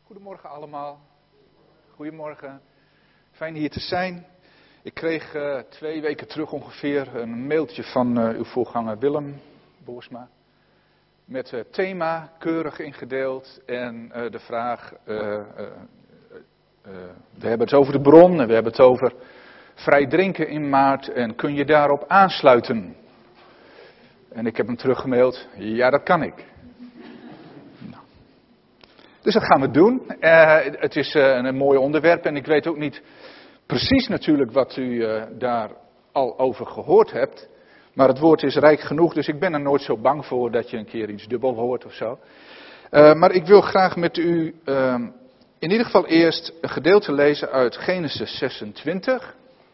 Goedemorgen allemaal. Goedemorgen. Fijn hier te zijn. Ik kreeg 2 weken terug ongeveer een mailtje van uw voorganger Willem Boersma. Met het thema keurig ingedeeld en de vraag, we hebben het over de bron en we hebben het over vrij drinken in maart en kun je daarop aansluiten? En ik heb hem teruggemaild, ja dat kan ik. Dus dat gaan we doen. Het is een mooi onderwerp en ik weet ook niet precies natuurlijk wat u daar al over gehoord hebt. Maar het woord is rijk genoeg, dus ik ben er nooit zo bang voor dat je een keer iets dubbel hoort of zo. Maar ik wil graag met u in ieder geval eerst een gedeelte lezen uit Genesis 26.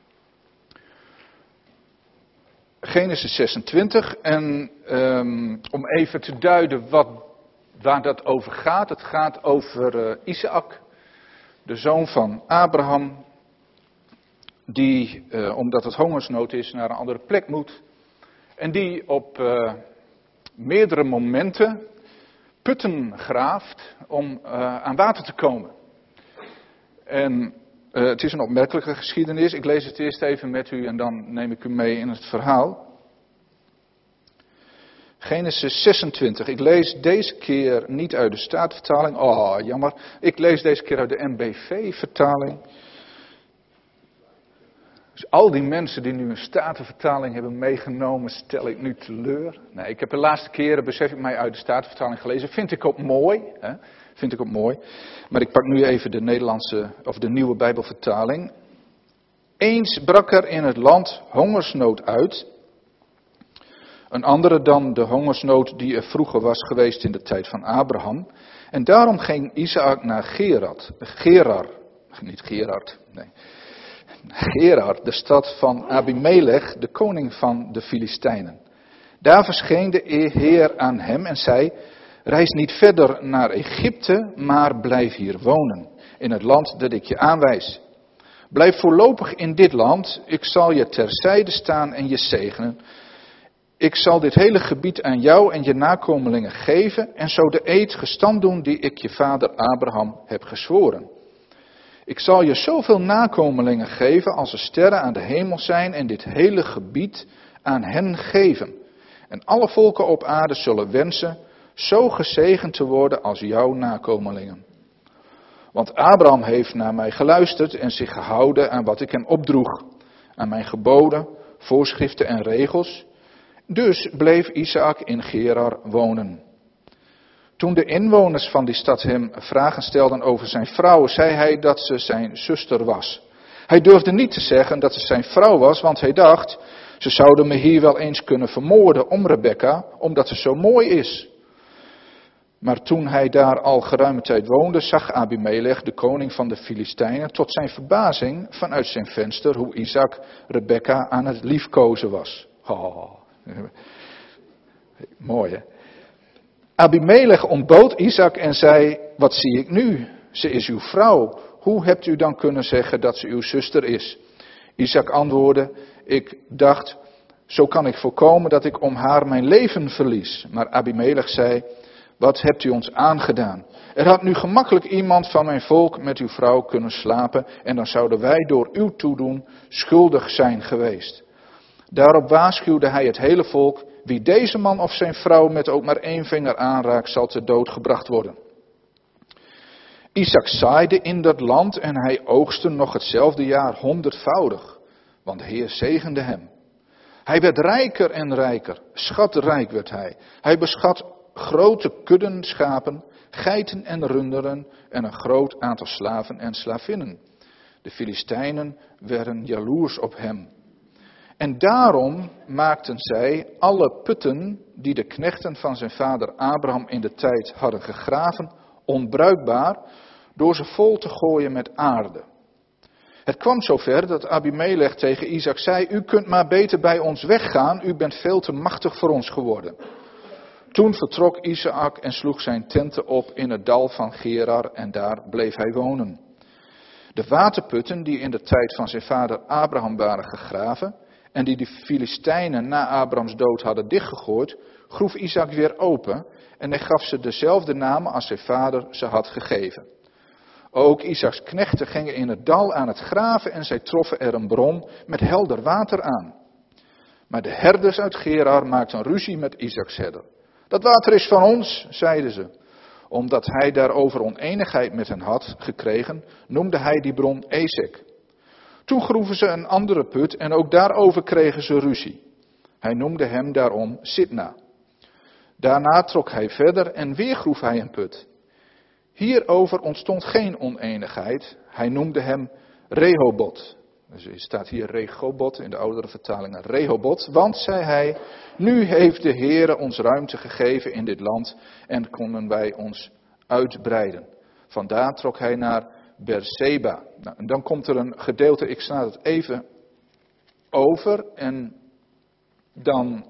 Genesis 26 en om even te duiden waar dat over gaat. Het gaat over Isaac, de zoon van Abraham, die, omdat het hongersnood is, naar een andere plek moet. En die op meerdere momenten putten graaft om aan water te komen. En het is een opmerkelijke geschiedenis. Ik lees het eerst even met u en dan neem ik u mee in het verhaal. Genesis 26. Ik lees deze keer niet uit de Statenvertaling. Oh, jammer. Ik lees deze keer uit de MBV-vertaling. Dus al die mensen die nu een Statenvertaling hebben meegenomen, stel ik nu teleur. Nee, ik heb de laatste keren, besef ik mij, uit de Statenvertaling gelezen. Vind ik ook mooi. Hè? Vind ik ook mooi. Maar ik pak nu even de Nederlandse, of de nieuwe Bijbelvertaling. Eens brak er in het land hongersnood uit. Een andere dan de hongersnood die er vroeger was geweest in de tijd van Abraham. En daarom ging Isaac naar Gerar, de stad van Abimelech, de koning van de Filistijnen. Daar verscheen de Heer aan hem en zei, reis niet verder naar Egypte, maar blijf hier wonen, in het land dat ik je aanwijs. Blijf voorlopig in dit land, ik zal je terzijde staan en je zegenen. Ik zal dit hele gebied aan jou en je nakomelingen geven en zo de eed gestand doen die ik je vader Abraham heb gezworen. Ik zal je zoveel nakomelingen geven als er sterren aan de hemel zijn en dit hele gebied aan hen geven. En alle volken op aarde zullen wensen zo gezegend te worden als jouw nakomelingen. Want Abraham heeft naar mij geluisterd en zich gehouden aan wat ik hem opdroeg, aan mijn geboden, voorschriften en regels. Dus bleef Isaac in Gerar wonen. Toen de inwoners van die stad hem vragen stelden over zijn vrouw, zei hij dat ze zijn zuster was. Hij durfde niet te zeggen dat ze zijn vrouw was, want hij dacht, ze zouden me hier wel eens kunnen vermoorden om Rebekka, omdat ze zo mooi is. Maar toen hij daar al geruime tijd woonde, zag Abimelech, de koning van de Filistijnen, tot zijn verbazing vanuit zijn venster hoe Isaac Rebekka aan het liefkozen was. Oh. Mooi hè. Abimelech ontbood Isaac en zei, wat zie ik nu? Ze is uw vrouw. Hoe hebt u dan kunnen zeggen dat ze uw zuster is? Isaac antwoordde, ik dacht, zo kan ik voorkomen dat ik om haar mijn leven verlies. Maar Abimelech zei, wat hebt u ons aangedaan? Er had nu gemakkelijk iemand van mijn volk met uw vrouw kunnen slapen en dan zouden wij door uw toedoen schuldig zijn geweest. Daarop waarschuwde hij het hele volk, wie deze man of zijn vrouw met ook maar 1 vinger aanraakt, zal ter dood gebracht worden. Isaac zaaide in dat land en hij oogste nog hetzelfde jaar 100voudig, want de Heer zegende hem. Hij werd rijker en rijker, schatrijk werd hij. Hij beschat grote kudden schapen, geiten en runderen en een groot aantal slaven en slavinnen. De Filistijnen werden jaloers op hem. En daarom maakten zij alle putten die de knechten van zijn vader Abraham in de tijd hadden gegraven, onbruikbaar, door ze vol te gooien met aarde. Het kwam zover dat Abimelech tegen Isaac zei, u kunt maar beter bij ons weggaan, u bent veel te machtig voor ons geworden. Toen vertrok Isaac en sloeg zijn tenten op in het dal van Gerar en daar bleef hij wonen. De waterputten die in de tijd van zijn vader Abraham waren gegraven, en die de Filistijnen na Abrahams dood hadden dichtgegooid, groef Isaac weer open en hij gaf ze dezelfde namen als zijn vader ze had gegeven. Ook Isaaks knechten gingen in het dal aan het graven en zij troffen er een bron met helder water aan. Maar de herders uit Gerar maakten ruzie met Isaaks herder. Dat water is van ons, zeiden ze. Omdat hij daarover oneenigheid met hen had gekregen, noemde hij die bron Esek. Toen groeven ze een andere put en ook daarover kregen ze ruzie. Hij noemde hem daarom Sitna. Daarna trok hij verder en weer groef hij een put. Hierover ontstond geen oneenigheid. Hij noemde hem Rehobot. Dus er staat hier Regobot, in de oudere vertalingen Rehobot. Want, zei hij, nu heeft de Heere ons ruimte gegeven in dit land en konden wij ons uitbreiden. Vandaar trok hij naar Beerseba. Nou, en dan komt er een gedeelte, ik sla het even over en dan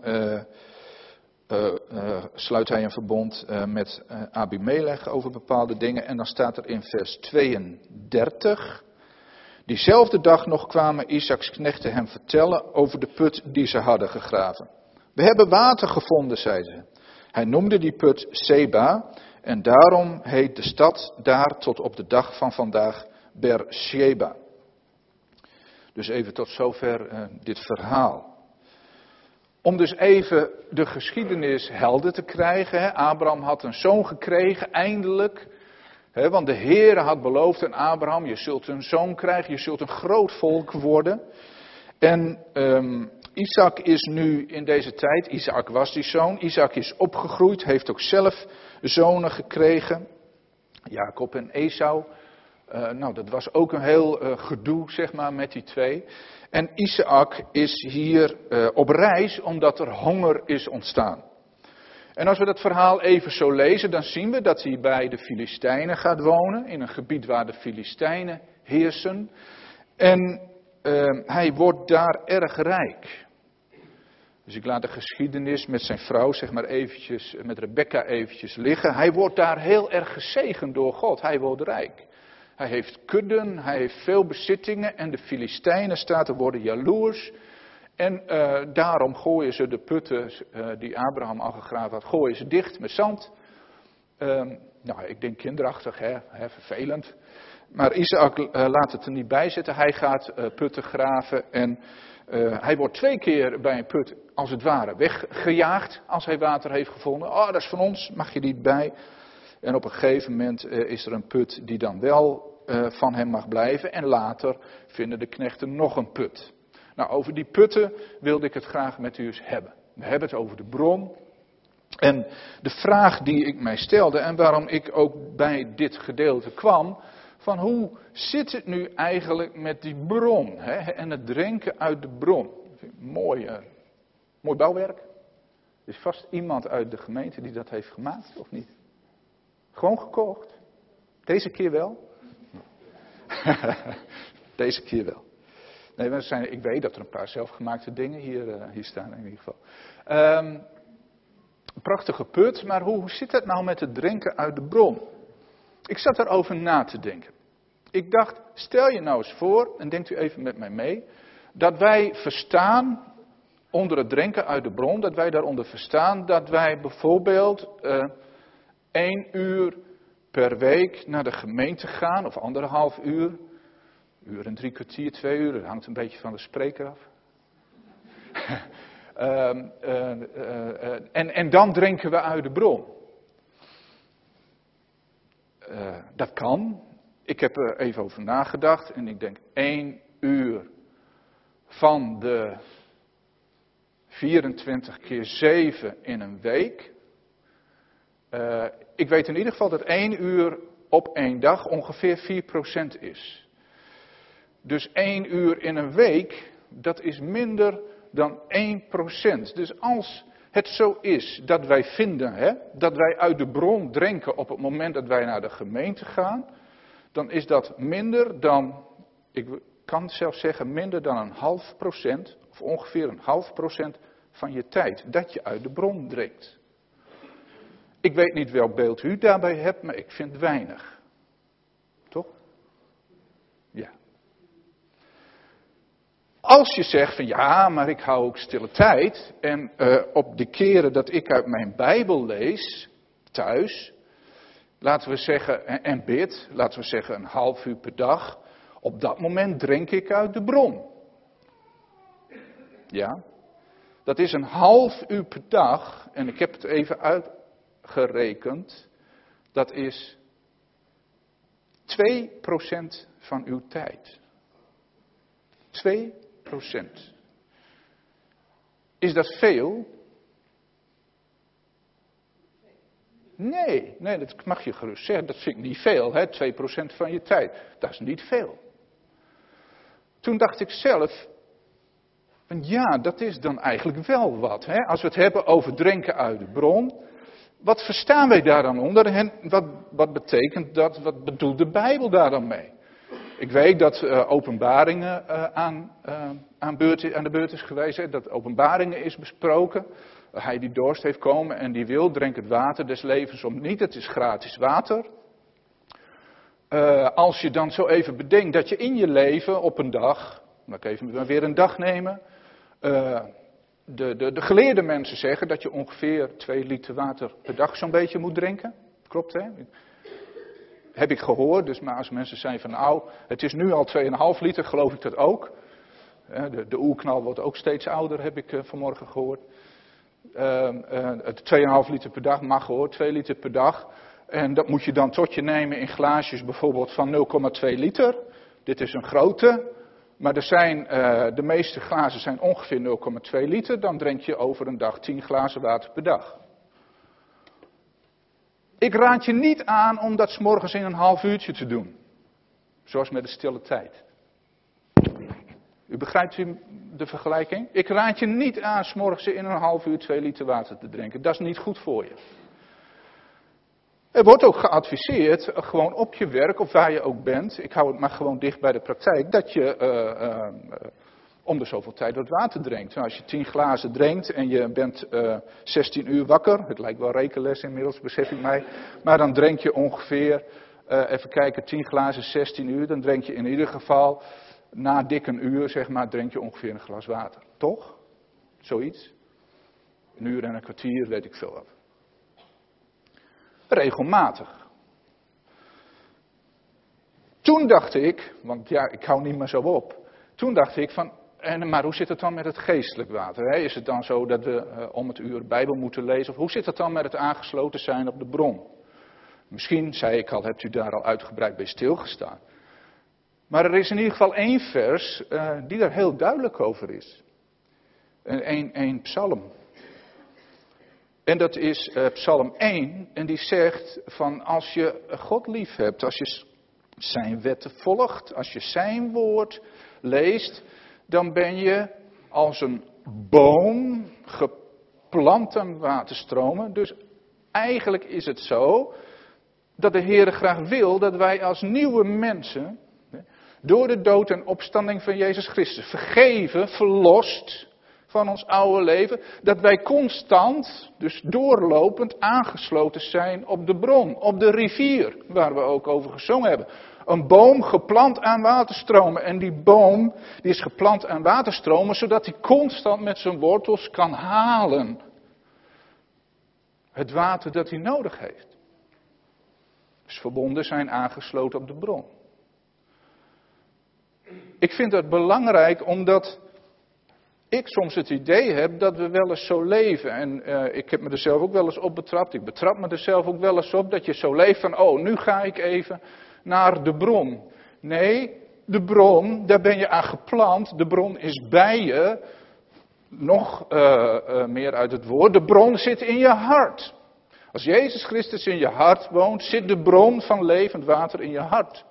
sluit hij een verbond met Abimelech over bepaalde dingen. En dan staat er in vers 32... Diezelfde dag nog kwamen Isaaks knechten hem vertellen over de put die ze hadden gegraven. We hebben water gevonden, zei ze. Hij noemde die put Seba en daarom heet de stad daar tot op de dag van vandaag Beersheba. Dus even tot zover dit verhaal. Om dus even de geschiedenis helder te krijgen. Hè. Abraham had een zoon gekregen, eindelijk. Want de Heere had beloofd aan Abraham, je zult een zoon krijgen, je zult een groot volk worden. En Isaac is nu in deze tijd, Isaac was die zoon, Isaac is opgegroeid, heeft ook zelf zonen gekregen. Jacob en Esau. Dat was ook een heel gedoe, zeg maar, met die twee. En Isaac is hier op reis omdat er honger is ontstaan. En als we dat verhaal even zo lezen, dan zien we dat hij bij de Filistijnen gaat wonen. In een gebied waar de Filistijnen heersen. En hij wordt daar erg rijk. Dus ik laat de geschiedenis met zijn vrouw, zeg maar eventjes, met Rebecca eventjes liggen. Hij wordt daar heel erg gezegend door God. Hij wordt rijk. Hij heeft kudden, hij heeft veel bezittingen. En de Filistijnen, staat er, worden jaloers. En daarom gooien ze de putten die Abraham al gegraven had, gooien ze dicht met zand. Ik denk kinderachtig, vervelend. Maar Isaac laat het er niet bij zitten. Hij gaat putten graven en hij wordt 2 keer bij een put, als het ware, weggejaagd als hij water heeft gevonden. Oh, dat is van ons, mag je niet bij. En op een gegeven moment is er een put die dan wel van hem mag blijven. En later vinden de knechten nog een put. Nou, over die putten wilde ik het graag met u eens hebben. We hebben het over de bron. En de vraag die ik mij stelde en waarom ik ook bij dit gedeelte kwam, van hoe zit het nu eigenlijk met die bron, en het drinken uit de bron. Dat vind ik mooi bouwwerk. Er is vast iemand uit de gemeente die dat heeft gemaakt, of niet? Gewoon gekocht. Deze keer wel? Deze keer wel. Nee, ik weet dat er een paar zelfgemaakte dingen hier staan in ieder geval. Een prachtige put, maar hoe zit het nou met het drinken uit de bron? Ik zat erover na te denken. Ik dacht, stel je nou eens voor, en denkt u even met mij mee, dat wij verstaan onder het drinken uit de bron, dat wij daaronder verstaan dat wij bijvoorbeeld 1 uur per week naar de gemeente gaan, of 1,5 uur. Uur en 3 kwartier, 2 uur, dat hangt een beetje van de spreker af. En dan drinken we uit de bron. Dat kan. Ik heb er even over nagedacht en ik denk 1 uur van de 24 keer 7 in een week. Ik weet in ieder geval dat 1 uur op 1 dag ongeveer 4% is. Dus 1 uur in een week, dat is minder dan 1%. Dus als het zo is dat wij vinden, dat wij uit de bron drinken op het moment dat wij naar de gemeente gaan, dan is dat minder dan, ik kan zelfs zeggen, minder dan 0,5%, of ongeveer 0,5% van je tijd, dat je uit de bron drinkt. Ik weet niet welk beeld u daarbij hebt, maar ik vind weinig. Toch? Ja. Als je zegt van ja, maar ik hou ook stille tijd. En op de keren dat ik uit mijn Bijbel lees, thuis. laten we zeggen, en bid, laten we zeggen een half uur per dag, op dat moment drink ik uit de bron. Ja, dat is een half uur per dag, en ik heb het even uitgerekend, dat is 2% van uw tijd. 2%. Is dat veel? Nee, dat mag je gerust zeggen. Dat vind ik niet veel, hè? 2% van je tijd. Dat is niet veel. Toen dacht ik zelf, ja, dat is dan eigenlijk wel wat. Hè? Als we het hebben over drinken uit de bron. Wat verstaan wij daar dan onder? En wat betekent dat? Wat bedoelt de Bijbel daar dan mee? Ik weet dat openbaringen aan de beurt is geweest. Hè? Dat openbaringen is besproken. Hij die dorst heeft komen en die wil, drink het water des levens om niet. Het is gratis water. Als je dan zo even bedenkt dat je in je leven op een dag, laat ik even weer een dag nemen. De geleerde mensen zeggen dat je ongeveer 2 liter water per dag zo'n beetje moet drinken. Klopt, hè? Heb ik gehoord, dus maar als mensen zijn van nou, het is nu al 2,5 liter, geloof ik dat ook. De oerknal wordt ook steeds ouder, heb ik vanmorgen gehoord. 2,5 liter per dag mag hoor, 2 liter per dag. En dat moet je dan tot je nemen in glaasjes bijvoorbeeld van 0,2 liter. Dit is een grote, maar de meeste glazen zijn ongeveer 0,2 liter. Dan drink je over een dag 10 glazen water per dag. Ik raad je niet aan om dat 's morgens in een half uurtje te doen. Zoals met de stille tijd. U begrijpt de vergelijking? Ik raad je niet aan 's morgens in een half uur 2 liter water te drinken. Dat is niet goed voor je. Er wordt ook geadviseerd, gewoon op je werk of waar je ook bent. Ik hou het maar gewoon dicht bij de praktijk. Dat je om de zoveel tijd wat water drinkt. Nou, als je 10 glazen drinkt en je bent 16 uur wakker. Het lijkt wel rekenles inmiddels, besef ik mij. Maar dan drink je ongeveer, even kijken, 10 glazen, 16 uur. Dan drink je in ieder geval, na dik een uur zeg maar, drink je ongeveer een glas water. Toch? Zoiets. Een uur en een kwartier, weet ik veel wat. Regelmatig. Toen dacht ik, want ja, ik hou niet meer zo op. Toen dacht ik van, maar hoe zit het dan met het geestelijk water? Hè? Is het dan zo dat we om het uur Bijbel moeten lezen? Of hoe zit het dan met het aangesloten zijn op de bron? Misschien, zei ik al, hebt u daar al uitgebreid bij stilgestaan. Maar er is in ieder geval 1 vers die daar heel duidelijk over is. Een psalm. En dat is Psalm 1. En die zegt van als je God lief hebt, als je zijn wetten volgt, als je zijn woord leest, dan ben je als een boom geplant aan waterstromen. Dus eigenlijk is het zo dat de Heere graag wil dat wij als nieuwe mensen, door de dood en opstanding van Jezus Christus, vergeven, verlost van ons oude leven, dat wij constant, dus doorlopend, aangesloten zijn op de bron, op de rivier, waar we ook over gezongen hebben. Een boom geplant aan waterstromen. En die boom die is geplant aan waterstromen, zodat hij constant met zijn wortels kan halen het water dat hij nodig heeft. Dus verbonden zijn aangesloten op de bron. Ik vind dat belangrijk omdat ik soms het idee heb dat we wel eens zo leven. En ik heb me er zelf ook wel eens op betrapt. Ik betrap me er zelf ook wel eens op dat je zo leeft van, oh, nu ga ik even naar de bron. Nee, de bron, daar ben je aan geplant. De bron is bij je. Nog meer uit het woord. De bron zit in je hart. Als Jezus Christus in je hart woont, zit de bron van levend water in je hart.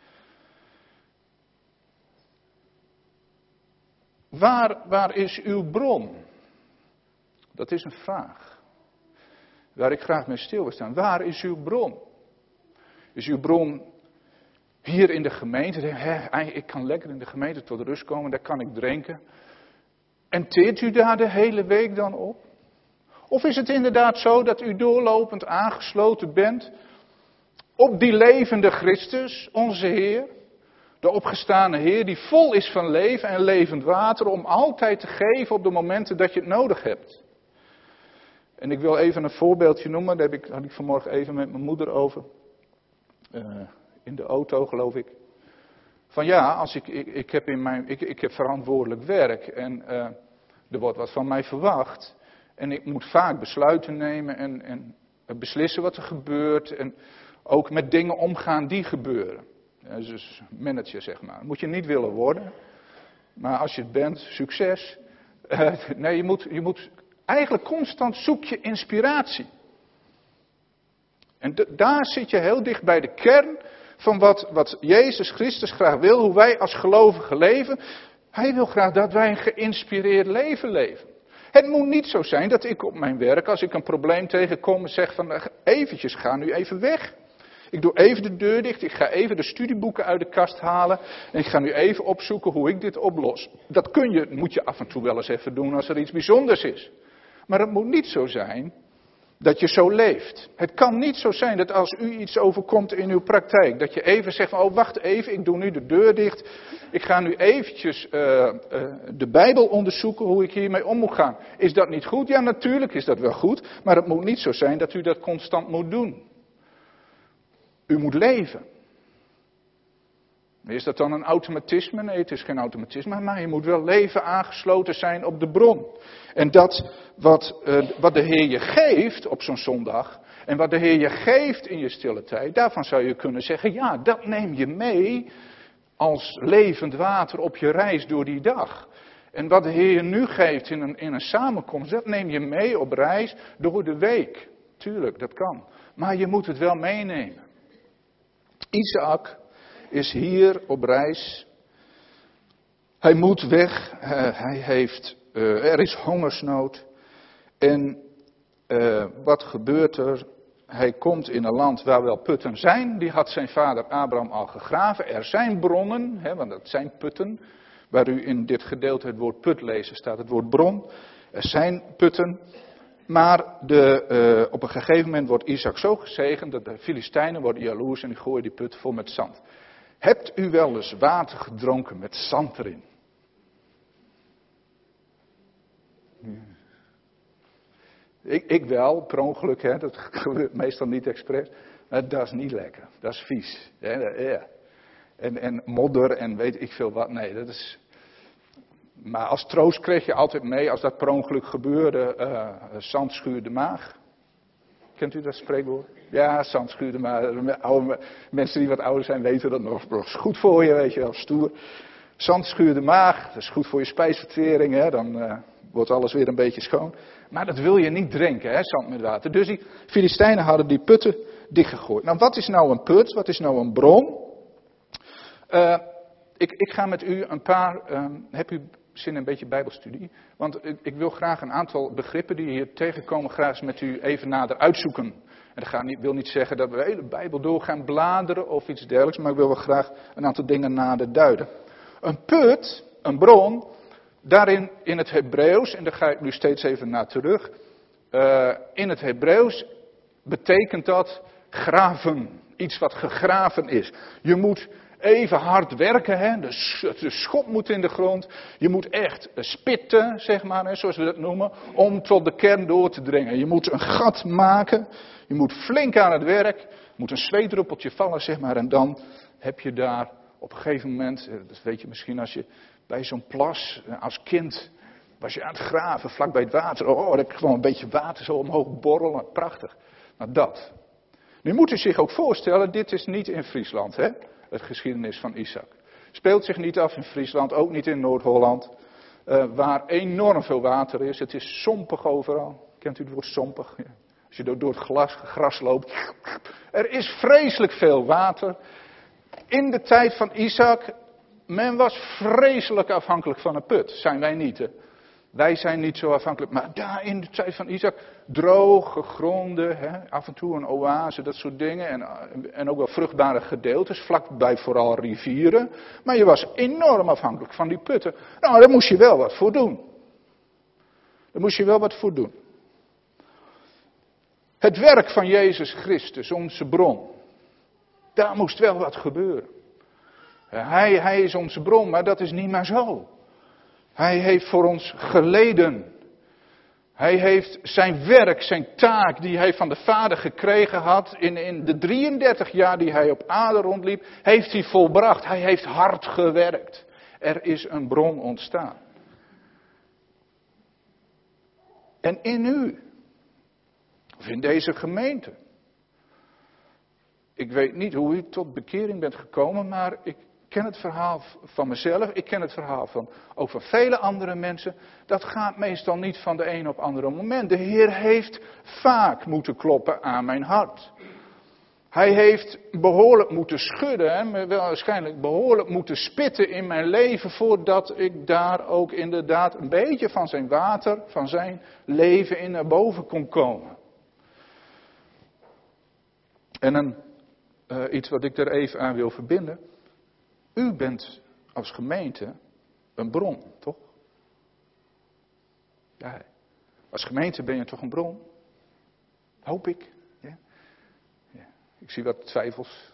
Waar is uw bron? Dat is een vraag. Waar ik graag mee stil wil staan. Waar is uw bron? Is uw bron hier in de gemeente? Ik kan lekker in de gemeente tot rust komen, daar kan ik drinken. En teert u daar de hele week dan op? Of is het inderdaad zo dat u doorlopend aangesloten bent op die levende Christus, onze Heer? De opgestane Heer die vol is van leven en levend water om altijd te geven op de momenten dat je het nodig hebt. En ik wil even een voorbeeldje noemen. Daar had ik vanmorgen even met mijn moeder over. In de auto, geloof ik. Van ja, als ik heb verantwoordelijk werk. En er wordt wat van mij verwacht. En ik moet vaak besluiten nemen en beslissen wat er gebeurt. En ook met dingen omgaan die gebeuren. Dus manager, zeg maar. Dat moet je niet willen worden. Maar als je het bent, succes. Nee, je moet eigenlijk constant zoek je inspiratie. En daar zit je heel dicht bij de kern van wat Jezus Christus graag wil. Hoe wij als gelovigen leven. Hij wil graag dat wij een geïnspireerd leven leven. Het moet niet zo zijn dat ik op mijn werk, als ik een probleem tegenkom, zeg van eventjes, ga nu even weg. Ik doe even de deur dicht, ik ga even de studieboeken uit de kast halen en ik ga nu even opzoeken hoe ik dit oplos. Dat moet je af en toe wel eens even doen als er iets bijzonders is. Maar het moet niet zo zijn dat je zo leeft. Het kan niet zo zijn dat als u iets overkomt in uw praktijk, dat je even zegt van, oh wacht even, ik doe nu de deur dicht. Ik ga nu eventjes de Bijbel onderzoeken hoe ik hiermee om moet gaan. Is dat niet goed? Ja, natuurlijk is dat wel goed, maar het moet niet zo zijn dat u dat constant moet doen. U moet leven. Is dat dan een automatisme? Nee, het is geen automatisme, maar je moet wel leven aangesloten zijn op de bron. En dat wat de Heer je geeft op zo'n zondag, en wat de Heer je geeft in je stille tijd, daarvan zou je kunnen zeggen, ja, dat neem je mee als levend water op je reis door die dag. En wat de Heer je nu geeft in een samenkomst, dat neem je mee op reis door de week. Tuurlijk, dat kan. Maar je moet het wel meenemen. Isaac is hier op reis. Hij moet weg. Er is hongersnood. En wat gebeurt er? Hij komt in een land waar wel putten zijn. Die had zijn vader Abraham al gegraven. Er zijn bronnen, want dat zijn putten. Waar u in dit gedeelte het woord put leest, staat het woord bron. Er zijn putten. Maar op een gegeven moment wordt Isaac zo gezegend dat de Filistijnen worden jaloers en die gooien die put vol met zand. Hebt u wel eens water gedronken met zand erin? Ik wel, per ongeluk, dat gebeurt meestal niet expres. Maar dat is niet lekker, dat is vies. Ja. En modder en weet ik veel wat, nee, dat is... Maar als troost kreeg je altijd mee, als dat per ongeluk gebeurde, zand schuurt de maag. Kent u dat spreekwoord? Ja, zand schuurt de maag. Mensen die wat ouder zijn weten dat nog. Dat is goed voor je, weet je wel, stoer. Zand schuurt de maag, dat is goed voor je spijsvertering, dan wordt alles weer een beetje schoon. Maar dat wil je niet drinken, zand met water. Dus die Filistijnen hadden die putten dichtgegooid. Nou, wat is nou een put? Wat is nou een bron? Ik ga met u een paar... heb u zin in een beetje bijbelstudie? Want ik wil graag een aantal begrippen die hier tegenkomen graag eens met u even nader uitzoeken. En dat wil niet zeggen dat we de hele Bijbel door gaan bladeren of iets dergelijks. Maar ik wil wel graag een aantal dingen nader duiden. Een put, een bron, daarin in het Hebreeuws, en daar ga ik nu steeds even naar terug. In het Hebreeuws betekent dat graven. Iets wat gegraven is. Je moet even hard werken, de schop moet in de grond. Je moet echt spitten, zeg maar, zoals we dat noemen, om tot de kern door te dringen. Je moet een gat maken, je moet flink aan het werk, er moet een zweetdruppeltje vallen, zeg maar, en dan heb je daar op een gegeven moment, dat weet je misschien als je bij zo'n plas, als kind, was je aan het graven, vlak bij het water. Oh, er kwam een beetje water zo omhoog borrelen, prachtig. Nou, dat. Nu moet u zich ook voorstellen, dit is niet in Friesland, het geschiedenis van Isaac. Speelt zich niet af in Friesland, ook niet in Noord-Holland, waar enorm veel water is. Het is sompig overal. Kent u het woord sompig? Ja. Als je door het gras loopt. Er is vreselijk veel water. In de tijd van Isaac, men was vreselijk afhankelijk van een put. Zijn wij niet, hè? Wij zijn niet zo afhankelijk. Maar daar in de tijd van Isaac, droge gronden, af en toe een oase, dat soort dingen. En ook wel vruchtbare gedeeltes, vlakbij vooral rivieren. Maar je was enorm afhankelijk van die putten. Nou, daar moest je wel wat voor doen. Het werk van Jezus Christus, onze bron. Daar moest wel wat gebeuren. Hij is onze bron, maar dat is niet maar zo. Hij heeft voor ons geleden. Hij heeft zijn werk, zijn taak die hij van de Vader gekregen had in de 33 jaar die hij op aarde rondliep, heeft hij volbracht. Hij heeft hard gewerkt. Er is een bron ontstaan. En in u, of in deze gemeente. Ik weet niet hoe u tot bekering bent gekomen, maar ik ken het verhaal van mezelf. Ik ken het verhaal van ook van vele andere mensen. Dat gaat meestal niet van de een op andere moment. De Heer heeft vaak moeten kloppen aan mijn hart. Hij heeft behoorlijk moeten schudden en waarschijnlijk behoorlijk moeten spitten in mijn leven voordat ik daar ook inderdaad een beetje van zijn water, van zijn leven in naar boven kon komen. En iets wat ik er even aan wil verbinden. U bent als gemeente een bron, toch? Ja, als gemeente ben je toch een bron? Hoop ik. Ja. Ja. Ik zie wat twijfels.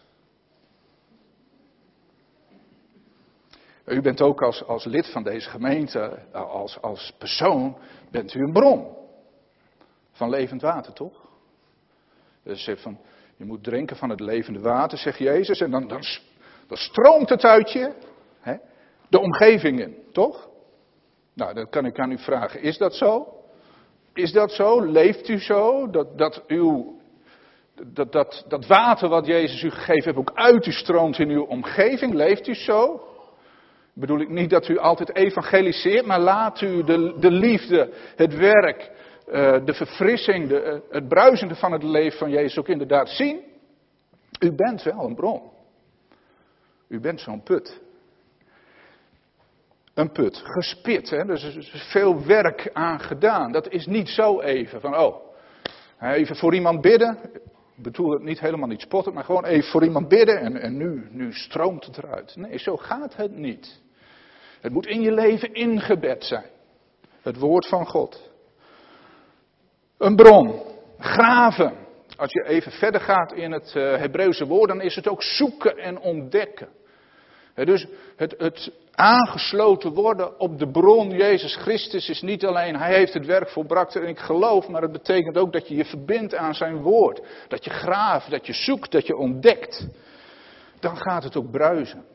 U bent ook als lid van deze gemeente, als persoon, bent u een bron. Van levend water, toch? Dus je moet drinken van het levende water, zegt Jezus, en dan stroomt het uit je, hè, de omgeving in, toch? Nou, dan kan ik aan u vragen, is dat zo? Is dat zo? Leeft u zo? Dat water wat Jezus u gegeven heeft ook uit u stroomt in uw omgeving? Leeft u zo? Bedoel ik niet dat u altijd evangeliseert, maar laat u de liefde, het werk, de verfrissing, het bruisende van het leven van Jezus ook inderdaad zien. U bent wel een bron. U bent zo'n put. Een put, gespit, hè? Dus er is veel werk aan gedaan. Dat is niet zo even van, even voor iemand bidden. Ik bedoel het niet helemaal niet spottend, maar gewoon even voor iemand bidden en nu stroomt het eruit. Nee, zo gaat het niet. Het moet in je leven ingebed zijn. Het woord van God. Een bron, graven. Als je even verder gaat in het Hebreeuwse woord, dan is het ook zoeken en ontdekken. Dus het aangesloten worden op de bron Jezus Christus is niet alleen, hij heeft het werk volbracht en ik geloof, maar het betekent ook dat je je verbindt aan zijn woord. Dat je graaft, dat je zoekt, dat je ontdekt. Dan gaat het ook bruisen.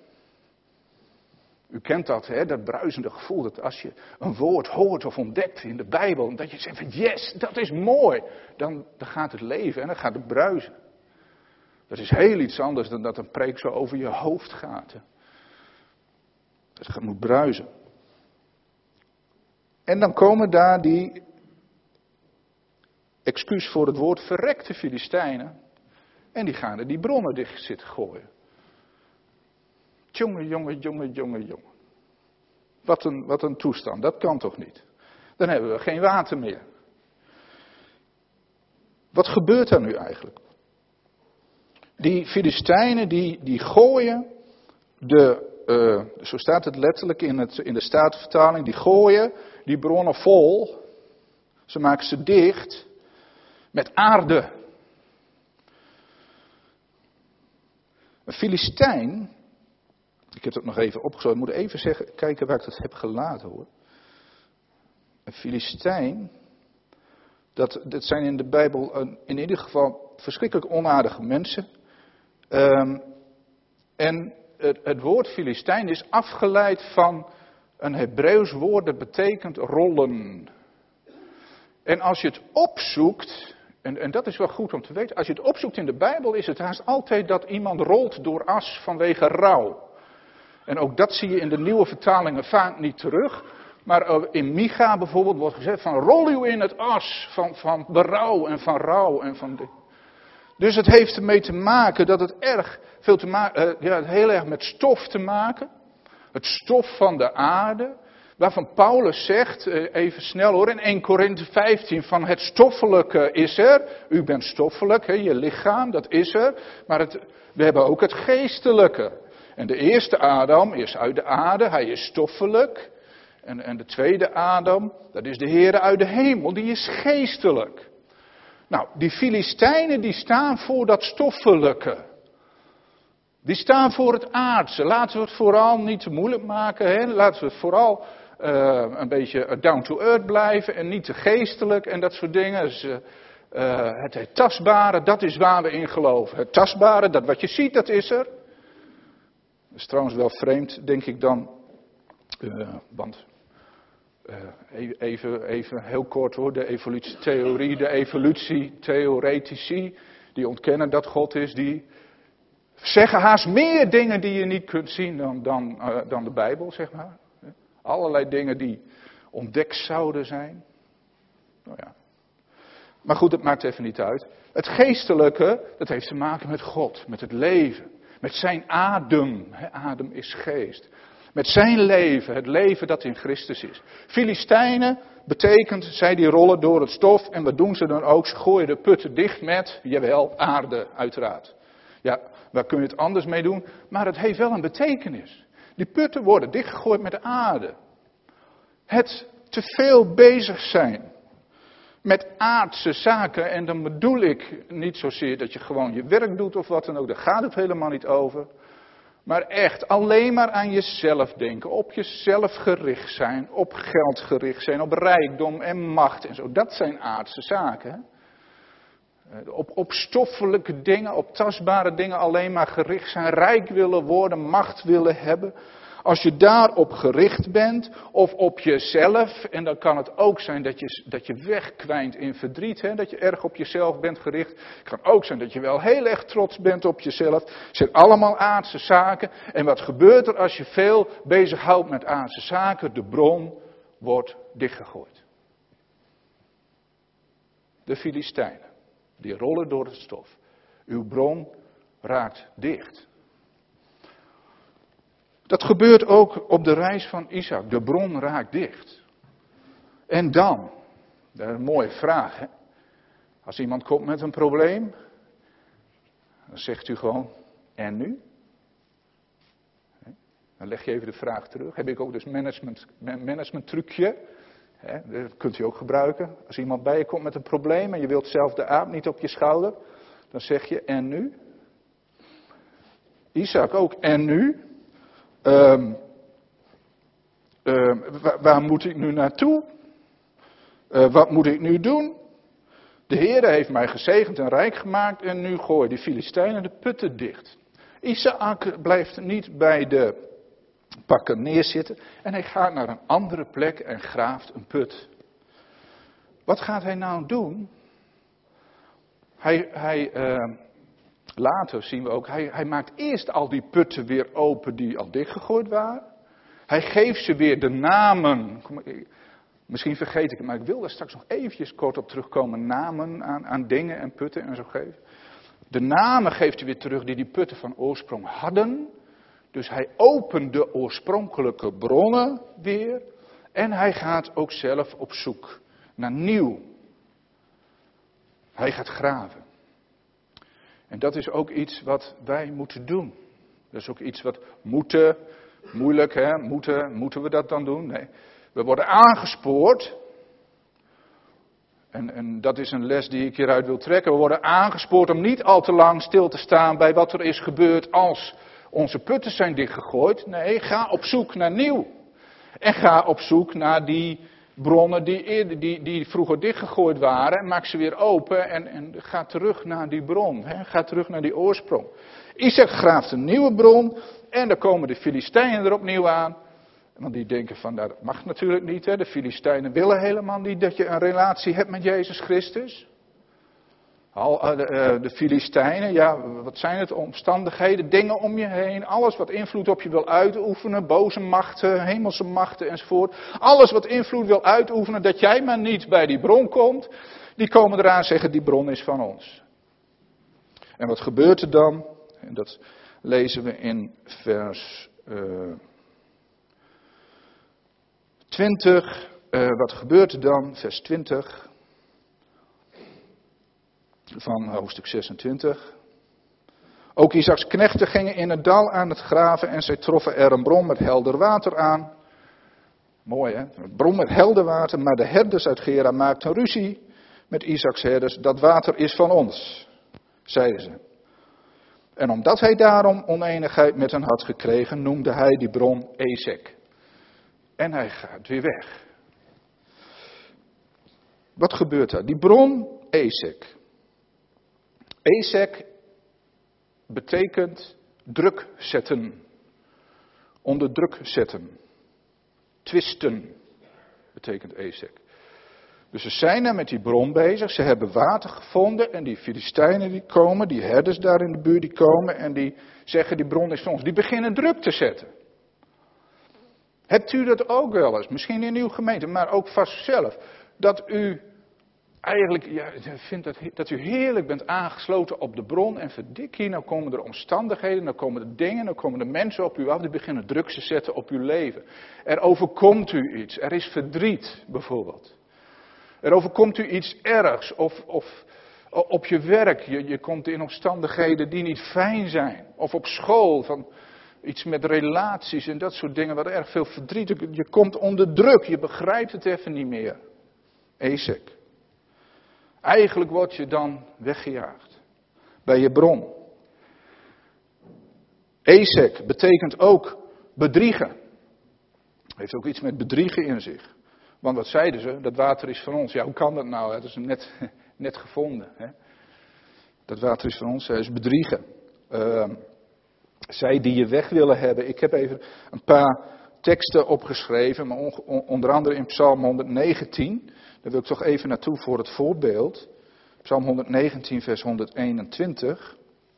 U kent dat, hè, dat bruisende gevoel, dat als je een woord hoort of ontdekt in de Bijbel, dat je zegt van yes, dat is mooi. Dan gaat het leven en dan gaat het bruisen. Dat is heel iets anders dan dat een preek zo over je hoofd gaat. Hè. Het moet bruisen. En dan komen daar die, excuus voor het woord, verrekte Filistijnen. En die gaan er die bronnen dicht zitten gooien. Jongen. Wat een toestand, dat kan toch niet? Dan hebben we geen water meer. Wat gebeurt er nu eigenlijk? Die Filistijnen die gooien zo staat het letterlijk in de Statenvertaling, die gooien die bronnen vol. Ze maken ze dicht met aarde. Een Filistijn, ik heb het nog even opgezocht, ik moet even kijken waar ik dat heb gelaten hoor. Een Filistijn, dat zijn in de Bijbel in ieder geval verschrikkelijk onaardige mensen. En het woord Filistijn is afgeleid van een Hebreeuws woord dat betekent rollen. En als je het opzoekt, en dat is wel goed om te weten, als je het opzoekt in de Bijbel is het haast altijd dat iemand rolt door as vanwege rouw. En ook dat zie je in de nieuwe vertalingen vaak niet terug. Maar in Micha bijvoorbeeld wordt gezegd van rol u in het as van berouw en van rouw en van... Dus het heeft ermee te maken dat het heel erg met stof te maken. Het stof van de aarde. Waarvan Paulus zegt, even snel hoor, in 1 Korinthe 15, van het stoffelijke is er. U bent stoffelijk, je lichaam, dat is er. Maar we hebben ook het geestelijke. En de eerste Adam is uit de aarde, hij is stoffelijk. En de tweede Adam, dat is de Heere uit de hemel, die is geestelijk. Nou, die Filistijnen die staan voor dat stoffelijke. Die staan voor het aardse. Laten we het vooral niet te moeilijk maken. Hè? Laten we het vooral een beetje down to earth blijven en niet te geestelijk en dat soort dingen. Dus, het tastbare, dat is waar we in geloven. Het tastbare, dat wat je ziet, dat is er. Dat is trouwens wel vreemd, denk ik dan. Want even heel kort hoor, de evolutietheorie, de evolutietheoretici, die ontkennen dat God is, die zeggen haast meer dingen die je niet kunt zien dan de Bijbel, zeg maar. Allerlei dingen die ontdekt zouden zijn. Nou ja. Maar goed, dat maakt even niet uit. Het geestelijke, dat heeft te maken met God, met het leven. Met zijn adem. Adem is geest. Met zijn leven, het leven dat in Christus is. Filistijnen betekent, zij die rollen door het stof. En wat doen ze dan ook? Ze gooien de putten dicht met, jawel, aarde uiteraard. Ja, waar kun je het anders mee doen? Maar het heeft wel een betekenis. Die putten worden dichtgegooid met aarde. Het te veel bezig zijn met aardse zaken. En dan bedoel ik niet zozeer dat je gewoon je werk doet of wat dan ook. Daar gaat het helemaal niet over. Maar echt alleen maar aan jezelf denken. Op jezelf gericht zijn. Op geld gericht zijn. Op rijkdom en macht en zo. Dat zijn aardse zaken. Hè? Op stoffelijke dingen, op tastbare dingen alleen maar gericht zijn. Rijk willen worden, macht willen hebben. Als je daarop gericht bent, of op jezelf, en dan kan het ook zijn dat je wegkwijnt in verdriet, hè, dat je erg op jezelf bent gericht. Het kan ook zijn dat je wel heel erg trots bent op jezelf. Het zijn allemaal aardse zaken. En wat gebeurt er als je veel bezighoudt met aardse zaken? De bron wordt dichtgegooid. De Filistijnen, die rollen door het stof. Uw bron raakt dicht. Dat gebeurt ook op de reis van Isaac. De bron raakt dicht. En dan, dat is een mooie vraag, hè? Als iemand komt met een probleem, dan zegt u gewoon, en nu? Dan leg je even de vraag terug. Heb ik ook dus management trucje. Dat kunt u ook gebruiken. Als iemand bij je komt met een probleem en je wilt zelf de aap niet op je schouder, dan zeg je, en nu? Isaac ook, en nu? Waar moet ik nu naartoe? Wat moet ik nu doen? De Heer heeft mij gezegend en rijk gemaakt en nu gooien die Filistijnen de putten dicht. Isaac blijft niet bij de pakken neerzitten en hij gaat naar een andere plek en graaft een put. Wat gaat hij nou doen? Later zien we ook, hij maakt eerst al die putten weer open die al dichtgegooid waren. Hij geeft ze weer de namen. Misschien vergeet ik het, maar ik wil daar straks nog eventjes kort op terugkomen. Namen aan dingen en putten en zo geven. De namen geeft hij weer terug die putten van oorsprong hadden. Dus hij opent de oorspronkelijke bronnen weer. En hij gaat ook zelf op zoek naar nieuw. Hij gaat graven. En dat is ook iets wat wij moeten doen. Dat is ook iets wat moeten, moeilijk hè, moeten we dat dan doen? Nee. We worden aangespoord. En dat is een les die ik hieruit wil trekken. We worden aangespoord om niet al te lang stil te staan bij wat er is gebeurd als onze putten zijn dichtgegooid. Nee, ga op zoek naar nieuw. En ga op zoek naar die bronnen die vroeger dichtgegooid waren. En maak ze weer open en ga terug naar die bron. Hè? Ga terug naar die oorsprong. Isaac graaft een nieuwe bron. En dan komen de Filistijnen er opnieuw aan. Want die denken van, nou, dat mag natuurlijk niet. Hè? De Filistijnen willen helemaal niet dat je een relatie hebt met Jezus Christus. De Filistijnen, ja, wat zijn het? Omstandigheden, dingen om je heen. Alles wat invloed op je wil uitoefenen. Boze machten, hemelse machten enzovoort. Alles wat invloed wil uitoefenen, dat jij maar niet bij die bron komt. Die komen eraan en zeggen, die bron is van ons. En wat gebeurt er dan? En dat lezen we in vers 20. Wat gebeurt er dan? Vers 20. Van hoofdstuk 26. Ook Isaaks knechten gingen in het dal aan het graven en zij troffen er een bron met helder water aan. Mooi hè, een bron met helder water, maar de herders uit Gera maakten ruzie met Isaaks herders. Dat water is van ons, zeiden ze. En omdat hij daarom oneenigheid met hen had gekregen, noemde hij die bron Ezek. En hij gaat weer weg. Wat gebeurt er? Die bron, Esek. Esek betekent druk zetten. Onder druk zetten. Twisten betekent Esek. Dus ze zijn er met die bron bezig. Ze hebben water gevonden. En die Filistijnen die komen. Die herders daar in de buurt die komen. En die zeggen die bron is van ons. Die beginnen druk te zetten. Hebt u dat ook wel eens? Misschien in uw gemeente. Maar ook vast zelf. Dat u eigenlijk vindt dat u heerlijk bent aangesloten op de bron. En verdikkie, nou komen er omstandigheden. Nou komen er dingen. Nou komen er mensen op u af. Die beginnen druk te zetten op uw leven. Er overkomt u iets. Er is verdriet bijvoorbeeld. Er overkomt u iets ergs, of op je werk, je komt in omstandigheden die niet fijn zijn. Of op school, van iets met relaties en dat soort dingen, wat erg veel verdriet. Je komt onder druk, je begrijpt het even niet meer. Esek. Eigenlijk word je dan weggejaagd. Bij je bron. Esek betekent ook bedriegen. Heeft ook iets met bedriegen in zich. Want wat zeiden ze? Dat water is van ons. Ja, hoe kan dat nou? Dat is net gevonden. Hè? Dat water is van ons. Hij is bedriegen. Zij die je weg willen hebben. Ik heb even een paar teksten opgeschreven. Maar onder andere in Psalm 119. Daar wil ik toch even naartoe voor het voorbeeld. Psalm 119 vers 121.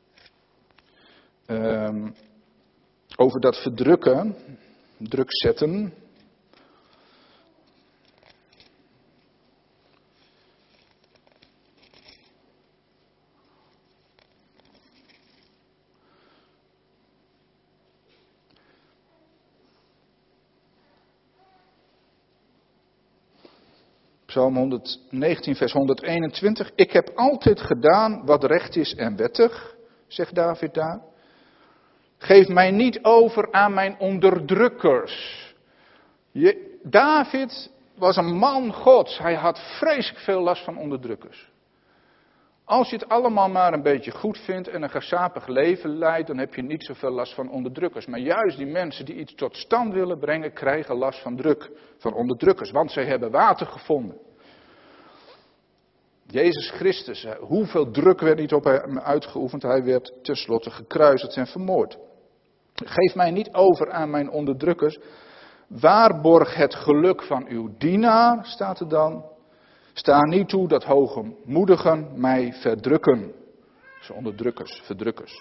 Over dat verdrukken. Druk zetten. Psalm 119 vers 121. Ik heb altijd gedaan wat recht is en wettig, zegt David daar. Geef mij niet over aan mijn onderdrukkers. David was een man Gods. Hij had vreselijk veel last van onderdrukkers. Als je het allemaal maar een beetje goed vindt en een gesapig leven leidt, dan heb je niet zoveel last van onderdrukkers. Maar juist die mensen die iets tot stand willen brengen, krijgen last van druk, van onderdrukkers. Want zij hebben water gevonden. Jezus Christus, hoeveel druk werd niet op hem uitgeoefend, hij werd tenslotte gekruisigd en vermoord. Geef mij niet over aan mijn onderdrukkers. Waarborg het geluk van uw dienaar, staat er dan. Sta niet toe dat hoogmoedigen mij verdrukken. Ze onderdrukkers, verdrukkers.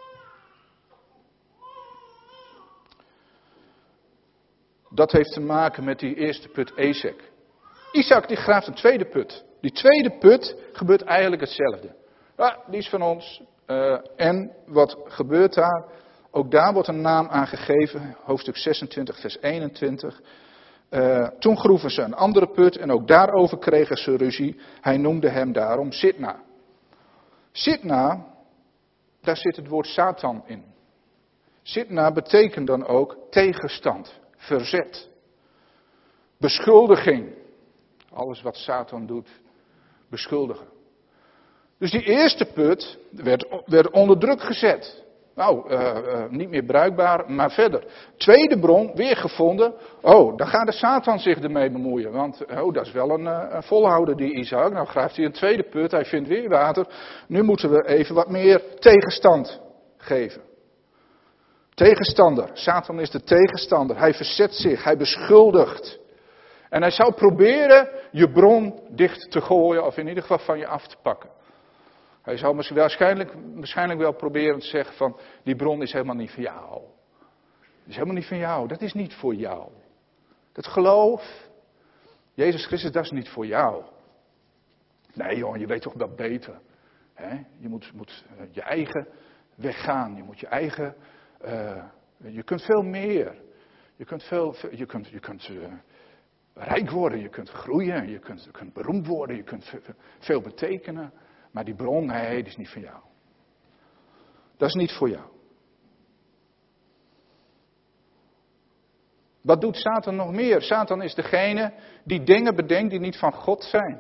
Dat heeft te maken met die eerste put Esek. Isaac die graaft een tweede put. Die tweede put gebeurt eigenlijk hetzelfde. Ja, die is van ons. En wat gebeurt daar? Ook daar wordt een naam aangegeven. Hoofdstuk 26 vers 21. Toen groeven ze een andere put en ook daarover kregen ze ruzie. Hij noemde hem daarom Sitna. Sitna, daar zit het woord Satan in. Sitna betekent dan ook tegenstand, verzet, beschuldiging. Alles wat Satan doet, beschuldigen. Dus die eerste put werd onder druk gezet. Nou, niet meer bruikbaar, maar verder. Tweede bron, weer gevonden. Oh, dan gaat de Satan zich ermee bemoeien. Want, dat is wel een volhouder die Isaac. Nou graaft hij een tweede put, hij vindt weer water. Nu moeten we even wat meer tegenstand geven. Tegenstander, Satan is de tegenstander. Hij verzet zich, hij beschuldigt. En hij zou proberen je bron dicht te gooien, of in ieder geval van je af te pakken. Hij zou waarschijnlijk wel proberen te zeggen van, die bron is helemaal niet van jou. Dat is helemaal niet van jou, dat is niet voor jou. Dat geloof, Jezus Christus, dat is niet voor jou. Nee jongen, je weet toch wel beter. Hè? Je moet je eigen weg gaan, je moet je eigen, je kunt veel meer. Je kunt rijk worden, je kunt groeien, je kunt beroemd worden, je kunt veel betekenen. Maar die bron, nee, die is niet van jou. Dat is niet voor jou. Wat doet Satan nog meer? Satan is degene die dingen bedenkt die niet van God zijn.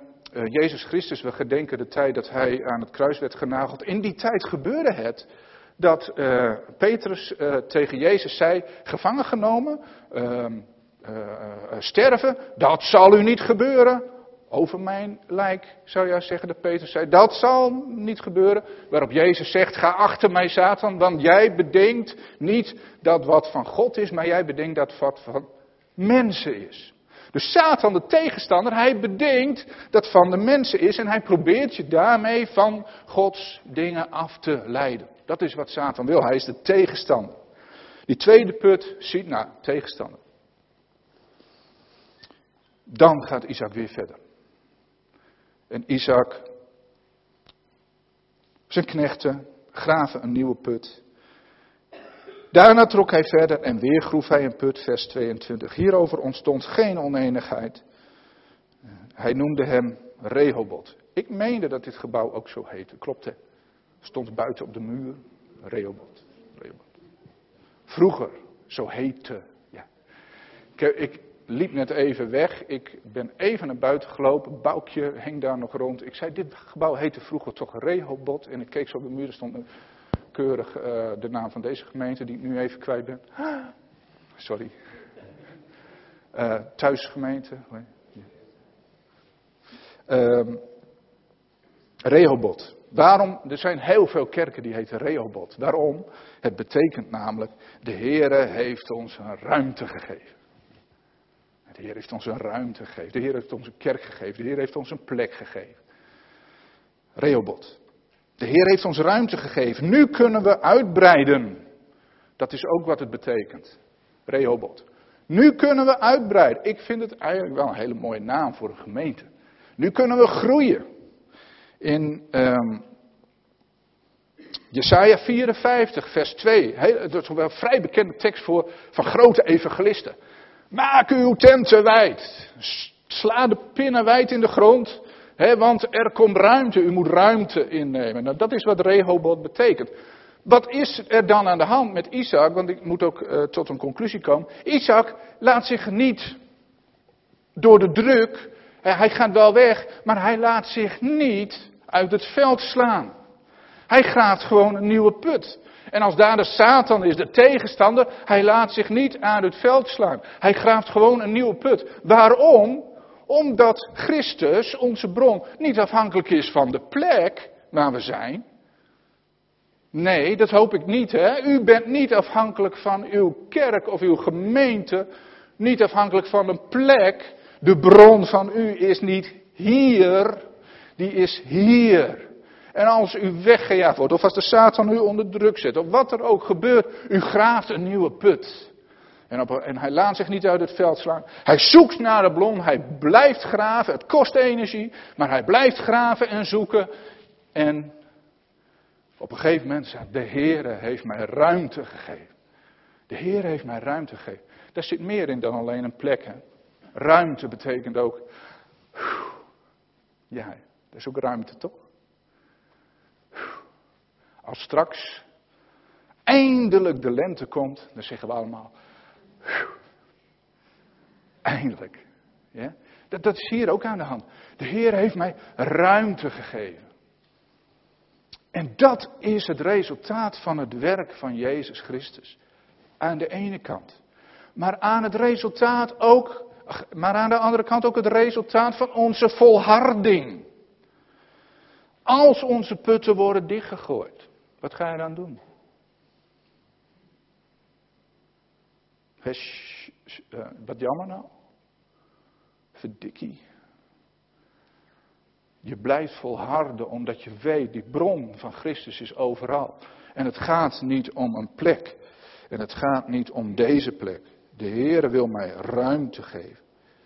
Jezus Christus, we gedenken de tijd dat hij aan het kruis werd genageld. In die tijd gebeurde het dat Petrus tegen Jezus zei, gevangen genomen, sterven, dat zal u niet gebeuren. Over mijn lijk, zou je zeggen, dat Petrus zei, dat zal niet gebeuren. Waarop Jezus zegt, ga achter mij Satan, want jij bedenkt niet dat wat van God is, maar jij bedenkt dat wat van mensen is. Dus Satan, de tegenstander, hij bedenkt dat van de mensen is en hij probeert je daarmee van Gods dingen af te leiden. Dat is wat Satan wil, hij is de tegenstander. Die tweede put ziet naar tegenstander. Dan gaat Isaac weer verder. En Isaac, zijn knechten, graven een nieuwe put. Daarna trok hij verder en weer groef hij een put, vers 22. Hierover ontstond geen oneenigheid. Hij noemde hem Rehoboth. Ik meende dat dit gebouw ook zo heette, klopt hè? Stond buiten op de muur, Rehoboth. Vroeger, zo heette, ja. Ik liep net even weg, ik ben even naar buiten gelopen, Boukje hing daar nog rond. Ik zei, dit gebouw heette vroeger toch Rehoboth. En ik keek zo op de muur, er stond keurig de naam van deze gemeente, die ik nu even kwijt ben. Sorry. Thuisgemeente. Rehoboth. Waarom? Er zijn heel veel kerken die heten Rehoboth. Waarom? Het betekent namelijk, de Heere heeft ons een ruimte gegeven. De Heer heeft ons een ruimte gegeven. De Heer heeft ons een kerk gegeven. De Heer heeft ons een plek gegeven. Rehoboth. De Heer heeft ons ruimte gegeven. Nu kunnen we uitbreiden. Dat is ook wat het betekent. Rehoboth. Nu kunnen we uitbreiden. Ik vind het eigenlijk wel een hele mooie naam voor een gemeente. Nu kunnen we groeien. In Jesaja 54 vers 2. Dat is wel een vrij bekende tekst van grote evangelisten. Maak uw tenten wijd. Sla de pinnen wijd in de grond. Want er komt ruimte. U moet ruimte innemen. Nou, dat is wat Rehoboth betekent. Wat is er dan aan de hand met Isaac? Want ik moet ook tot een conclusie komen. Isaac laat zich niet door de druk. Hij gaat wel weg. Maar hij laat zich niet uit het veld slaan. Hij graaft gewoon een nieuwe put. En als daar de Satan is, de tegenstander, hij laat zich niet uit het veld slaan. Hij graaft gewoon een nieuwe put. Waarom? Omdat Christus, onze bron, niet afhankelijk is van de plek waar we zijn. Nee, dat hoop ik niet. Hè? U bent niet afhankelijk van uw kerk of uw gemeente. Niet afhankelijk van een plek. De bron van u is niet hier. Die is hier. En als u weggejaagd wordt, of als de Satan u onder druk zet, of wat er ook gebeurt, u graaft een nieuwe put. En hij laat zich niet uit het veld slaan. Hij zoekt naar de bron, hij blijft graven. Het kost energie, maar hij blijft graven en zoeken. En op een gegeven moment zegt, de Heere heeft mij ruimte gegeven. De Heere heeft mij ruimte gegeven. Daar zit meer in dan alleen een plek. Hè? Ruimte betekent ook, ja, dat is ook ruimte toch? Als straks eindelijk de lente komt, dan zeggen we allemaal, eindelijk. Ja? Dat is hier ook aan de hand. De Heer heeft mij ruimte gegeven. En dat is het resultaat van het werk van Jezus Christus. Aan de ene kant. Maar aan de andere kant ook het resultaat van onze volharding. Als onze putten worden dichtgegooid, wat ga je dan doen? Wat jammer nou? Verdikkie. Je blijft volharden omdat je weet, die bron van Christus is overal. En het gaat niet om een plek. En het gaat niet om deze plek. De Heere wil mij ruimte geven.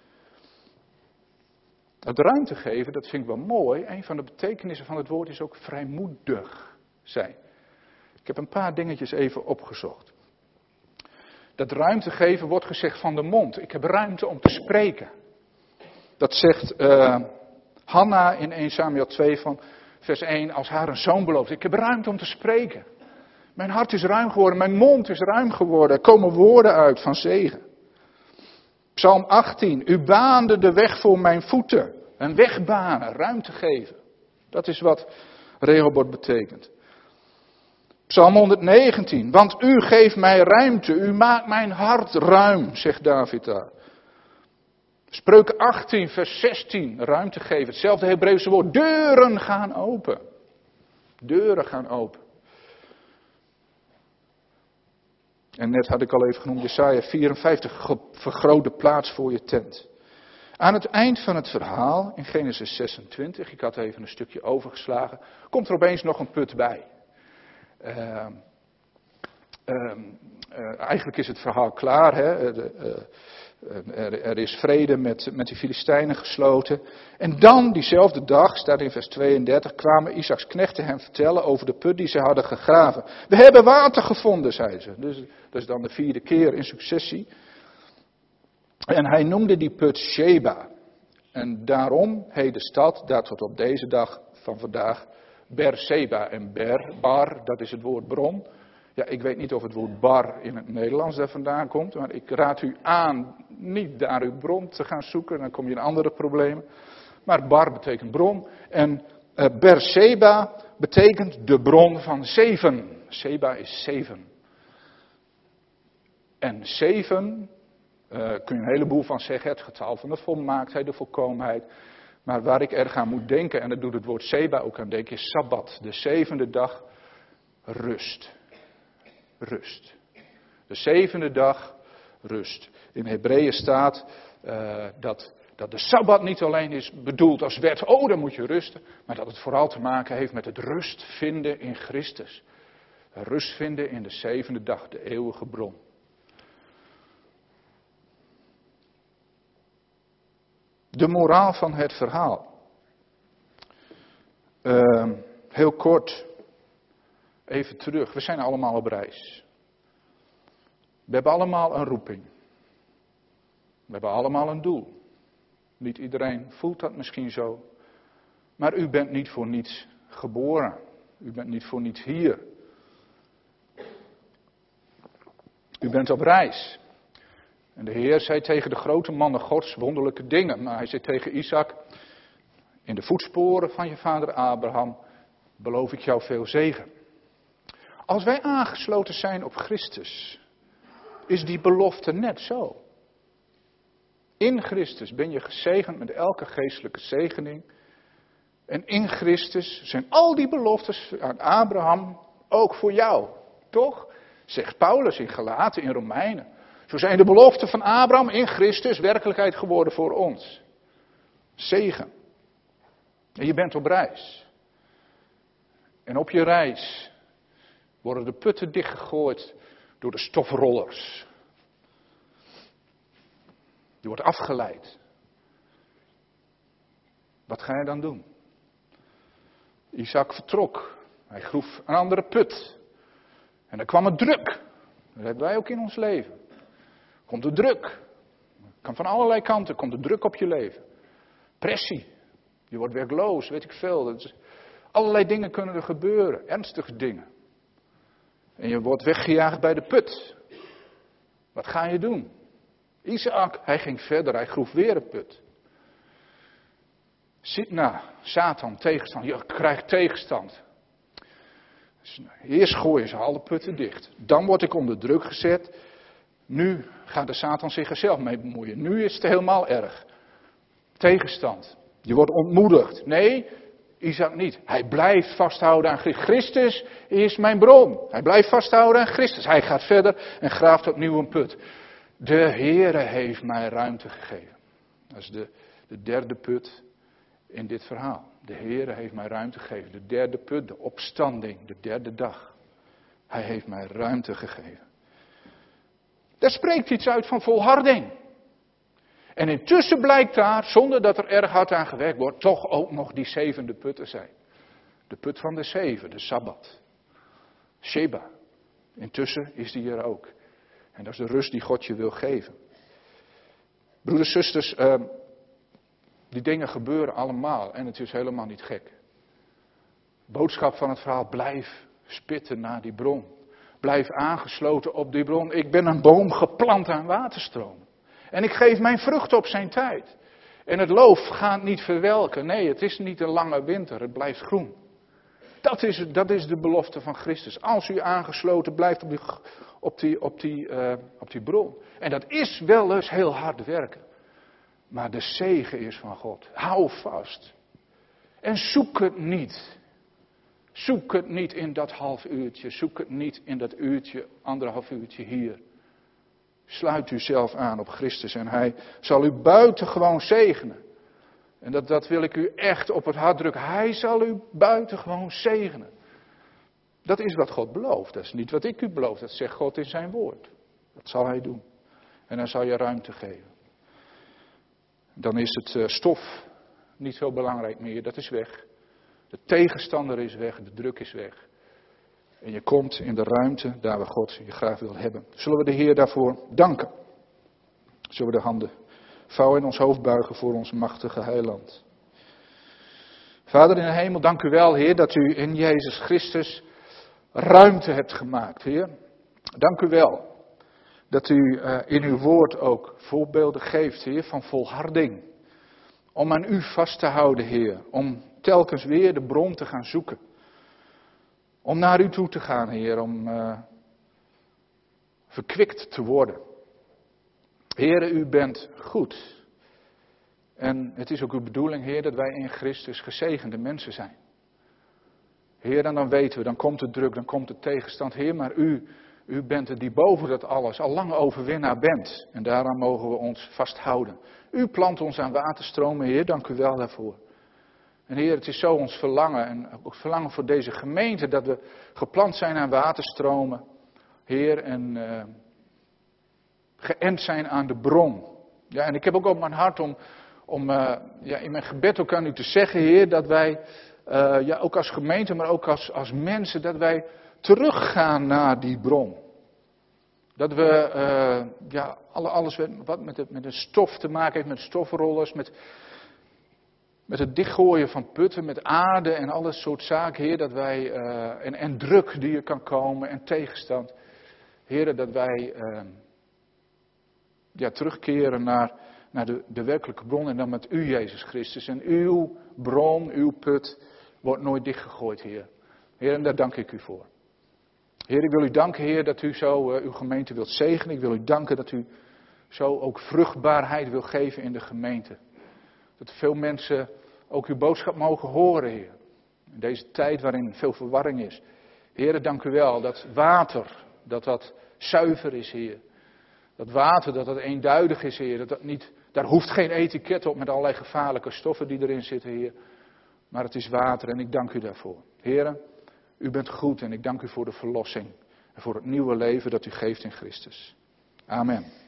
Het ruimte geven, dat vind ik wel mooi. Een van de betekenissen van het woord is ook vrijmoedig zijn. Ik heb een paar dingetjes even opgezocht. Dat ruimte geven wordt gezegd van de mond. Ik heb ruimte om te spreken. Dat zegt Hanna in 1 Samuel 2 van vers 1 als haar een zoon belooft. Ik heb ruimte om te spreken. Mijn hart is ruim geworden, mijn mond is ruim geworden. Er komen woorden uit van zegen. Psalm 18. U baande de weg voor mijn voeten. Een weg banen, ruimte geven. Dat is wat Rehoboth betekent. Psalm 119. Want u geeft mij ruimte, u maakt mijn hart ruim, zegt David daar. Spreuken 18, vers 16, ruimte geven. Hetzelfde Hebreeuwse woord, deuren gaan open. Deuren gaan open. En net had ik al even genoemd, Jesaja 54, vergroot de plaats voor je tent. Aan het eind van het verhaal, in Genesis 26, ik had even een stukje overgeslagen, komt er opeens nog een put bij. Eigenlijk is het verhaal klaar, hè? Er is vrede met die Filistijnen gesloten. En dan, diezelfde dag, staat in vers 32, kwamen Isaaks knechten hem vertellen over de put die ze hadden gegraven. We hebben water gevonden, zeiden ze. Dus dat is dan de 4e keer in successie. En hij noemde die put Sheba. En daarom heet de stad, daar tot op deze dag van vandaag, Beersheba. En Bar, dat is het woord bron. Ja, ik weet niet of het woord bar in het Nederlands daar vandaan komt, maar ik raad u aan niet daar uw bron te gaan zoeken, dan kom je in andere problemen. Maar bar betekent bron en Beersheba betekent de bron van zeven. Sheba is 7. En 7, kun je een heleboel van zeggen, het getal van de volmaaktheid, de volkomenheid. Maar waar ik erg aan moet denken, en dat doet het woord Sheba ook aan denken, is Sabbat, de 7e dag, rust. Rust. De 7e dag rust. In Hebreeën staat dat de Sabbat niet alleen is bedoeld als wet, dan moet je rusten. Maar dat het vooral te maken heeft met het rust vinden in Christus. Rust vinden in de 7e dag, de eeuwige bron. De moraal van het verhaal. Heel kort. Even terug, we zijn allemaal op reis. We hebben allemaal een roeping. We hebben allemaal een doel. Niet iedereen voelt dat misschien zo. Maar u bent niet voor niets geboren. U bent niet voor niets hier. U bent op reis. En de Heer zei tegen de grote mannen Gods wonderlijke dingen. Maar hij zei tegen Isaac, in de voetsporen van je vader Abraham beloof ik jou veel zegen. Als wij aangesloten zijn op Christus, is die belofte net zo. In Christus ben je gezegend met elke geestelijke zegening. En in Christus zijn al die beloftes aan Abraham ook voor jou. Toch? Zegt Paulus in Galaten, in Romeinen. Zo zijn de beloften van Abraham in Christus werkelijkheid geworden voor ons. Zegen. En je bent op reis. En op je reis worden de putten dichtgegooid door de stofrollers. Je wordt afgeleid. Wat ga je dan doen? Isaac vertrok. Hij groef een andere put. En dan kwam het druk. Dat hebben wij ook in ons leven. Komt de druk. Kan van allerlei kanten. Komt de druk op je leven. Pressie. Je wordt werkloos, weet ik veel. Allerlei dingen kunnen er gebeuren. Ernstige dingen. En je wordt weggejaagd bij de put. Wat ga je doen? Isaac, hij ging verder. Hij groef weer een put. Satan, tegenstand. Je krijgt tegenstand. Dus eerst gooien ze alle putten dicht. Dan word ik onder druk gezet. Nu gaat de Satan zich er zelf mee bemoeien. Nu is het helemaal erg. Tegenstand. Je wordt ontmoedigd. Nee, Isaac niet. Hij blijft vasthouden aan Christus. Christus is mijn bron. Hij blijft vasthouden aan Christus. Hij gaat verder en graaft opnieuw een put. De Heere heeft mij ruimte gegeven. Dat is de derde put in dit verhaal. De Heere heeft mij ruimte gegeven. De derde put, de opstanding, de derde dag. Hij heeft mij ruimte gegeven. Daar spreekt iets uit van volharding. En intussen blijkt daar, zonder dat er erg hard aan gewerkt wordt, toch ook nog die zevende put te zijn. De put van de 7, de Sabbat. Sheba. Intussen is die er ook. En dat is de rust die God je wil geven. Broeders, zusters, die dingen gebeuren allemaal en het is helemaal niet gek. Boodschap van het verhaal, blijf spitten naar die bron. Blijf aangesloten op die bron. Ik ben een boom geplant aan waterstromen. En ik geef mijn vrucht op zijn tijd. En het loof gaat niet verwelken. Nee, het is niet een lange winter. Het blijft groen. Dat is de belofte van Christus. Als u aangesloten blijft op die bron. En dat is wel eens heel hard werken. Maar de zegen is van God. Hou vast. En zoek het niet. Zoek het niet in dat half uurtje. Zoek het niet in dat uurtje, 1,5 uurtje hier. Sluit u zelf aan op Christus en Hij zal u buitengewoon zegenen. En dat wil ik u echt op het hart drukken. Hij zal u buitengewoon zegenen. Dat is wat God belooft. Dat is niet wat ik u beloof. Dat zegt God in zijn woord. Dat zal Hij doen. En dan zal je ruimte geven. Dan is het stof niet zo belangrijk meer. Dat is weg. De tegenstander is weg. De druk is weg. En je komt in de ruimte daar waar God je graag wil hebben. Zullen we de Heer daarvoor danken? Zullen we de handen vouwen en ons hoofd buigen voor ons machtige heiland. Vader in de hemel, dank u wel, Heer, dat u in Jezus Christus ruimte hebt gemaakt, Heer. Dank u wel dat u in uw woord ook voorbeelden geeft, Heer, van volharding. Om aan u vast te houden, Heer. Om telkens weer de bron te gaan zoeken. Om naar u toe te gaan, Heer. Om verkwikt te worden. Heer, u bent goed. En het is ook uw bedoeling, Heer, dat wij in Christus gezegende mensen zijn. Heer, en dan weten we, dan komt de druk, dan komt de tegenstand. Heer, maar u bent het die boven dat alles al lang overwinnaar bent. En daaraan mogen we ons vasthouden. U plant ons aan waterstromen, Heer, dank u wel daarvoor. En Heer, het is zo ons verlangen, en ook verlangen voor deze gemeente, dat we geplant zijn aan waterstromen. Heer, en geënt zijn aan de bron. Ja, en ik heb ook op mijn hart om in mijn gebed ook aan u te zeggen, Heer, dat wij, ook als gemeente, maar ook als mensen, dat wij teruggaan naar die bron. Dat we, alles wat met de stof te maken heeft, met stofrollers, met het dichtgooien van putten, met aarde en alles soort zaken, Heer, dat wij, en druk die er kan komen en tegenstand, Heer, dat wij terugkeren naar de werkelijke bron en dan met u, Jezus Christus. En uw bron, uw put, wordt nooit dichtgegooid, Heer. Heer, en daar dank ik u voor. Heer, ik wil u danken, Heer, dat u zo uw gemeente wilt zegenen. Ik wil u danken dat u zo ook vruchtbaarheid wil geven in de gemeente. Dat veel mensen ook uw boodschap mogen horen, Heer. In deze tijd waarin veel verwarring is. Heer, dank u wel dat water, dat zuiver is, Heer. Dat water, dat eenduidig is, Heer. Daar hoeft geen etiket op met allerlei gevaarlijke stoffen die erin zitten, Heer. Maar het is water en ik dank u daarvoor. Heer, u bent goed en ik dank u voor de verlossing. En voor het nieuwe leven dat u geeft in Christus. Amen.